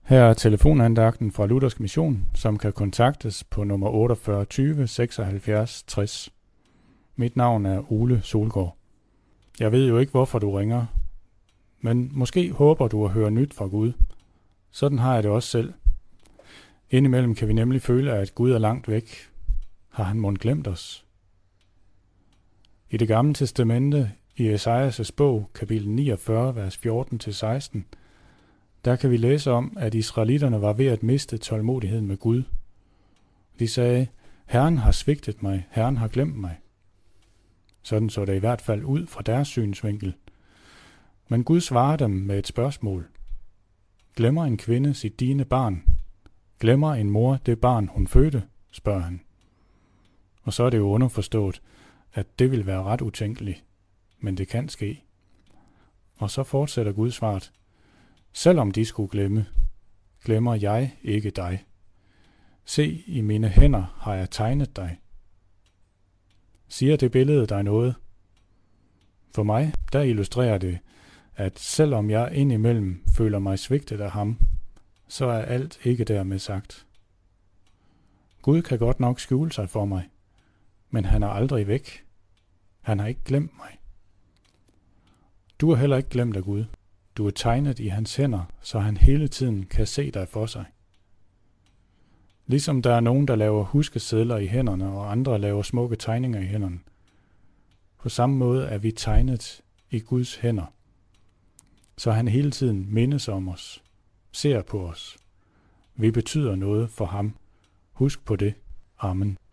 Her er telefonandagten fra Luthersk Mission, som kan kontaktes på nummer 48 20 76 60. Mit navn er Ole Solgaard. Jeg ved jo ikke, hvorfor du ringer, men måske håber du at høre nyt fra Gud. Sådan har jeg det også selv. Indimellem kan vi nemlig føle, at Gud er langt væk. Har han mon glemt os? I det gamle testamente, i Esajas' bog, kapitel 49, vers 14-16, der kan vi læse om, at israelitterne var ved at miste tålmodigheden med Gud. De sagde, Herren har svigtet mig, Herren har glemt mig. Sådan så det i hvert fald ud fra deres synsvinkel. Men Gud svarer dem med et spørgsmål. Glemmer en kvinde sit digne barn? Glemmer en mor det barn, hun fødte? Spørger han. Og så er det jo underforstået, at det vil være ret utænkeligt, men det kan ske. Og så fortsætter Gud svaret. Selvom de skulle glemme, glemmer jeg ikke dig. Se, i mine hænder har jeg tegnet dig. Siger det billede dig noget? For mig, der illustrerer det, at selvom jeg indimellem føler mig svigtet af ham, så er alt ikke dermed sagt. Gud kan godt nok skjule sig for mig, men han er aldrig væk. Han har ikke glemt mig. Du er heller ikke glemt af Gud. Du er tegnet i hans hænder, så han hele tiden kan se dig for sig. Ligesom der er nogen, der laver huskesedler i hænderne, og andre laver smukke tegninger i hænderne. På samme måde er vi tegnet i Guds hænder, så han hele tiden mindes om os, ser på os. Vi betyder noget for ham. Husk på det. Amen.